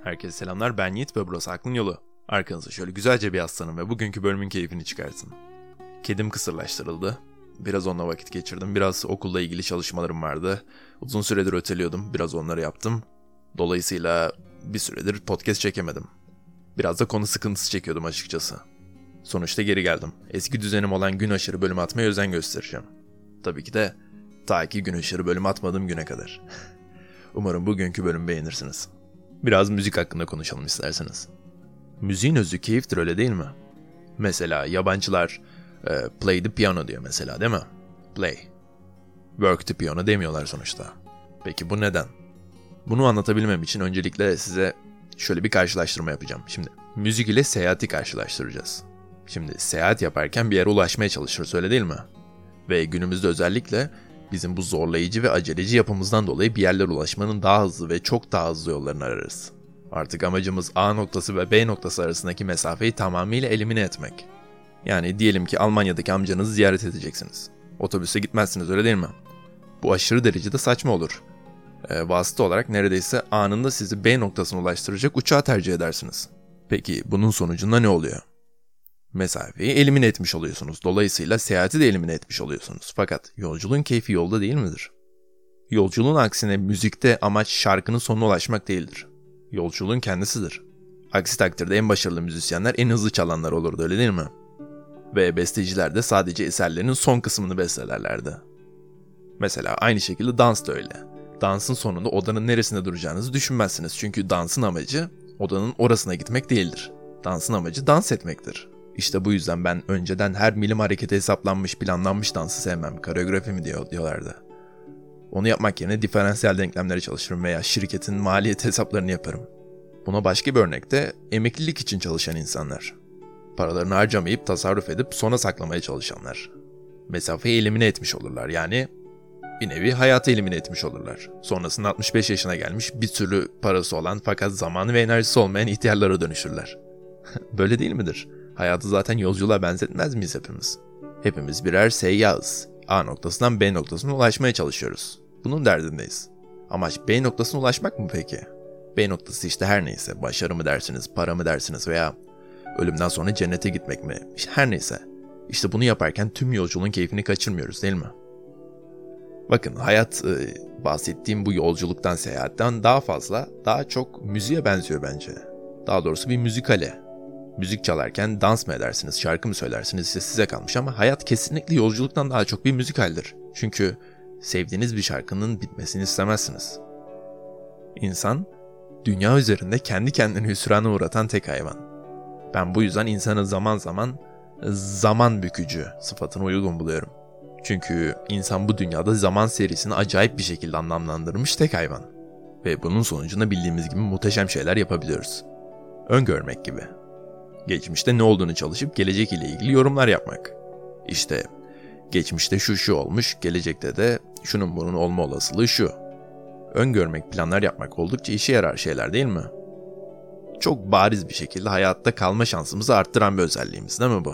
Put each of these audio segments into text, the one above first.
Herkese selamlar, ben Yiğit ve burası Aklın Yolu. Arkanıza şöyle güzelce bir yaslanın ve bugünkü bölümün keyfini çıkartın. Kedim kısırlaştırıldı. Biraz onunla vakit geçirdim. Biraz okulla ilgili çalışmalarım vardı. Uzun süredir öteliyordum. Biraz onları yaptım. Dolayısıyla bir süredir podcast çekemedim. Biraz da konu sıkıntısı çekiyordum açıkçası. Sonuçta geri geldim. Eski düzenim olan gün aşırı bölüm atmaya özen göstereceğim. Tabii ki de ta ki gün aşırı bölüm atmadığım güne kadar. Umarım bugünkü bölümü beğenirsiniz. Biraz müzik hakkında konuşalım isterseniz. Müziğin özü keyiftir, öyle değil mi? Mesela yabancılar play the piano diyor mesela, değil mi? Play. Work the piano demiyorlar sonuçta. Peki bu neden? Bunu anlatabilmem için öncelikle size şöyle bir karşılaştırma yapacağım. Şimdi müzik ile seyahati karşılaştıracağız. Şimdi seyahat yaparken bir yere ulaşmaya çalışırız, öyle değil mi? Ve günümüzde özellikle bizim bu zorlayıcı ve aceleci yapımızdan dolayı bir yerlere ulaşmanın daha hızlı ve çok daha hızlı yollarını ararız. Artık amacımız A noktası ve B noktası arasındaki mesafeyi tamamıyla elimine etmek. Yani diyelim ki Almanya'daki amcanızı ziyaret edeceksiniz. Otobüse gitmezsiniz, öyle değil mi? Bu aşırı derecede saçma olur. Vasıta olarak neredeyse anında sizi B noktasına ulaştıracak uçağı tercih edersiniz. Peki bunun sonucunda ne oluyor? Mesafeyi elimine etmiş oluyorsunuz. Dolayısıyla seyahati de elimine etmiş oluyorsunuz. Fakat yolculuğun keyfi yolda değil midir? Yolculuğun aksine müzikte amaç şarkının sonuna ulaşmak değildir. Yolculuğun kendisidir. Aksi takdirde en başarılı müzisyenler en hızlı çalanlar olurdu, öyle değil mi? Ve besteciler de sadece eserlerinin son kısmını bestelerlerdi. Mesela aynı şekilde dans da öyle. Dansın sonunda odanın neresinde duracağınızı düşünmezsiniz. Çünkü dansın amacı odanın orasına gitmek değildir. Dansın amacı dans etmektir. İşte bu yüzden ben önceden her milim hareketi hesaplanmış, planlanmış dansı sevmem. Koreografi mi diyorlardı. Onu yapmak yerine diferansiyel denklemleri çalışırım veya şirketin maliyet hesaplarını yaparım. Buna başka bir örnek de emeklilik için çalışan insanlar. Paralarını harcamayıp tasarruf edip sona saklamaya çalışanlar. Mesafeyi elimine etmiş olurlar, yani bir nevi hayatı elimine etmiş olurlar. Sonrasında 65 yaşına gelmiş, bir sürü parası olan fakat zamanı ve enerjisi olmayan ihtiyarlara dönüşürler. Böyle değil midir? Hayatı zaten yolculuğa benzetmez miyiz hepimiz? Hepimiz birer seyyahız. A noktasından B noktasına ulaşmaya çalışıyoruz. Bunun derdindeyiz. Amaç B noktasına ulaşmak mı peki? B noktası işte her neyse, başarı mı dersiniz, para mı dersiniz veya ölümden sonra cennete gitmek mi? İşte her neyse. İşte bunu yaparken tüm yolculuğun keyfini kaçırmıyoruz, değil mi? Bakın hayat bahsettiğim bu yolculuktan, seyahatten daha fazla, daha çok müziğe benziyor bence. Daha doğrusu bir müzikale. Müzik çalarken dans mı edersiniz, şarkı mı söylersiniz ise size kalmış ama hayat kesinlikle yolculuktan daha çok bir müzikaldir. Çünkü sevdiğiniz bir şarkının bitmesini istemezsiniz. İnsan, dünya üzerinde kendi kendini hüsrana uğratan tek hayvan. Ben bu yüzden insanı zaman zaman zaman bükücü sıfatını uygun buluyorum. Çünkü insan bu dünyada zaman serisini acayip bir şekilde anlamlandırmış tek hayvan. Ve bunun sonucunda bildiğimiz gibi muhteşem şeyler yapabiliyoruz. Öngörmek gibi. Geçmişte ne olduğunu çalışıp gelecek ile ilgili yorumlar yapmak. İşte geçmişte şu olmuş, gelecekte de şunun bunun olma olasılığı şu. Öngörmek, planlar yapmak oldukça işe yarar şeyler, değil mi? Çok bariz bir şekilde hayatta kalma şansımızı arttıran bir özelliğimiz, değil mi bu?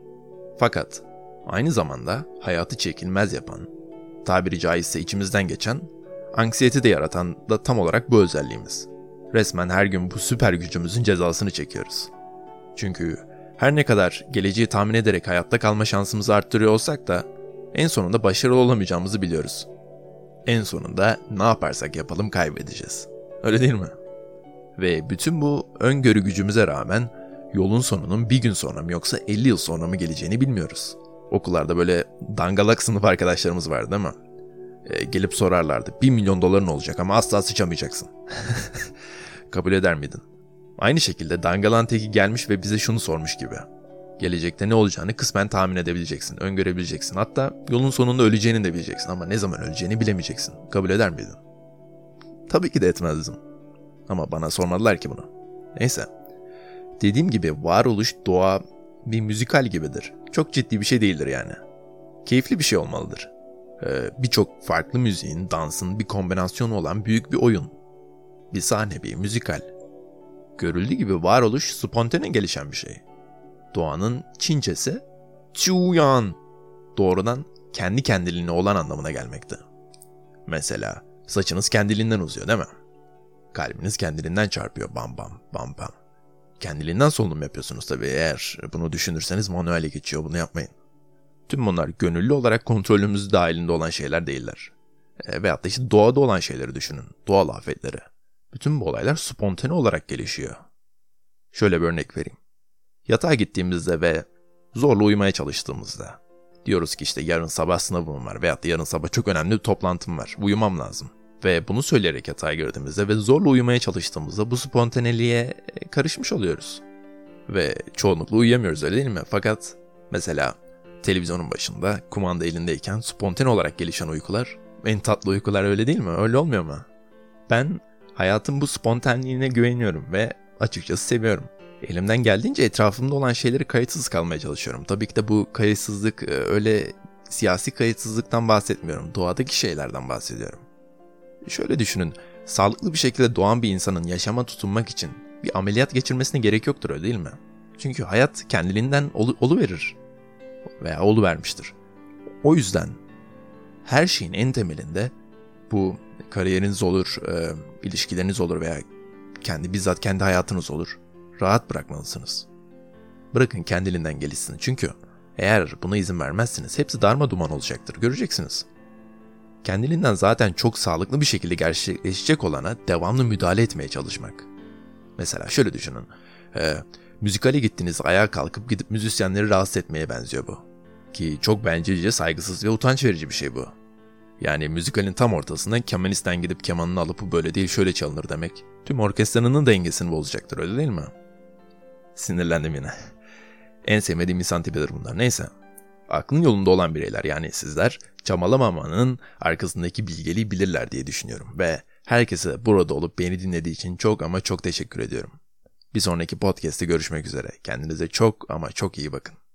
Fakat aynı zamanda hayatı çekilmez yapan, tabiri caizse içimizden geçen, anksiyete de yaratan da tam olarak bu özelliğimiz. Resmen her gün bu süper gücümüzün cezasını çekiyoruz. Çünkü her ne kadar geleceği tahmin ederek hayatta kalma şansımızı arttırıyor olsak da en sonunda başarılı olamayacağımızı biliyoruz. En sonunda ne yaparsak yapalım kaybedeceğiz. Öyle değil mi? Ve bütün bu öngörü gücümüze rağmen yolun sonunun bir gün sonra mı yoksa 50 yıl sonra mı geleceğini bilmiyoruz. Okullarda böyle dangalak sınıf arkadaşlarımız vardı değil mi? Gelip sorarlardı. 1 milyon doların olacak ama asla sıçamayacaksın. Kabul eder miydin? Aynı şekilde dangalan teki gelmiş ve bize şunu sormuş gibi. Gelecekte ne olacağını kısmen tahmin edebileceksin, öngörebileceksin. Hatta yolun sonunda öleceğini de bileceksin ama ne zaman öleceğini bilemeyeceksin. Kabul eder miydin? Tabii ki de etmezdim. Ama bana sormadılar ki bunu. Neyse. Dediğim gibi varoluş, doğa bir müzikal gibidir. Çok ciddi bir şey değildir yani. Keyifli bir şey olmalıdır. Birçok farklı müziğin, dansın bir kombinasyonu olan büyük bir oyun. Bir sahne, bir müzikal. Görüldüğü gibi varoluş spontane gelişen bir şey. Doğanın Çincesi Çuyan, doğrudan kendi kendiliğine olan anlamına gelmekte. Mesela saçınız kendiliğinden uzuyor değil mi? Kalbiniz kendiliğinden çarpıyor bam bam bam bam. Kendiliğinden solunum yapıyorsunuz tabii. Eğer bunu düşünürseniz manuele geçiyor, bunu yapmayın. Tüm bunlar gönüllü olarak kontrolümüz dahilinde olan şeyler değiller. Veyahut da işte doğada olan şeyleri düşünün. Doğal afetleri. Bütün bu olaylar spontane olarak gelişiyor. Şöyle bir örnek vereyim. Yatağa gittiğimizde ve zorla uyumaya çalıştığımızda diyoruz ki işte yarın sabah sınavım var veyahut da yarın sabah çok önemli bir toplantım var. Uyumam lazım. Ve bunu söyleyerek yatağa girdiğimizde ve zorla uyumaya çalıştığımızda bu spontaneliğe karışmış oluyoruz. Ve çoğunlukla uyuyamıyoruz, öyle değil mi? Fakat mesela televizyonun başında kumanda elindeyken spontane olarak gelişen uykular en tatlı uykular, öyle değil mi? Öyle olmuyor mu? Ben hayatın bu spontaneliğine güveniyorum ve açıkçası seviyorum. Elimden geldiğince etrafımda olan şeyleri kayıtsız kalmaya çalışıyorum. Tabii ki de bu kayıtsızlık öyle siyasi kayıtsızlıktan bahsetmiyorum. Doğadaki şeylerden bahsediyorum. Şöyle düşünün, sağlıklı bir şekilde doğan bir insanın yaşama tutunmak için bir ameliyat geçirmesine gerek yoktur, öyle değil mi? Çünkü hayat kendiliğinden oluverir veya oluvermiştir. O yüzden her şeyin en temelinde bu kariyeriniz olur, ilişkileriniz olur veya bizzat kendi hayatınız olur. Rahat bırakmalısınız. Bırakın kendiliğinden gelişsin. Çünkü eğer buna izin vermezseniz hepsi darmaduman olacaktır. Göreceksiniz. Kendiliğinden zaten çok sağlıklı bir şekilde gerçekleşecek olana devamlı müdahale etmeye çalışmak. Mesela şöyle düşünün. Müzikale gittiniz, ayağa kalkıp gidip müzisyenleri rahatsız etmeye benziyor bu. Ki çok bencilce, saygısız ve utanç verici bir şey bu. Yani müzikalin tam ortasında kemanistten gidip kemanını alıp bu böyle değil şöyle çalınır demek. Tüm orkestranın dengesini bozacaktır, öyle değil mi? Sinirlendim yine. En sevmediğim insan tipidir bunlar. Neyse. Aklın yolunda olan bireyler, yani sizler, çabalamamanın arkasındaki bilgeliği bilirler diye düşünüyorum. Ve herkese burada olup beni dinlediği için çok ama çok teşekkür ediyorum. Bir sonraki podcast'te görüşmek üzere. Kendinize çok ama çok iyi bakın.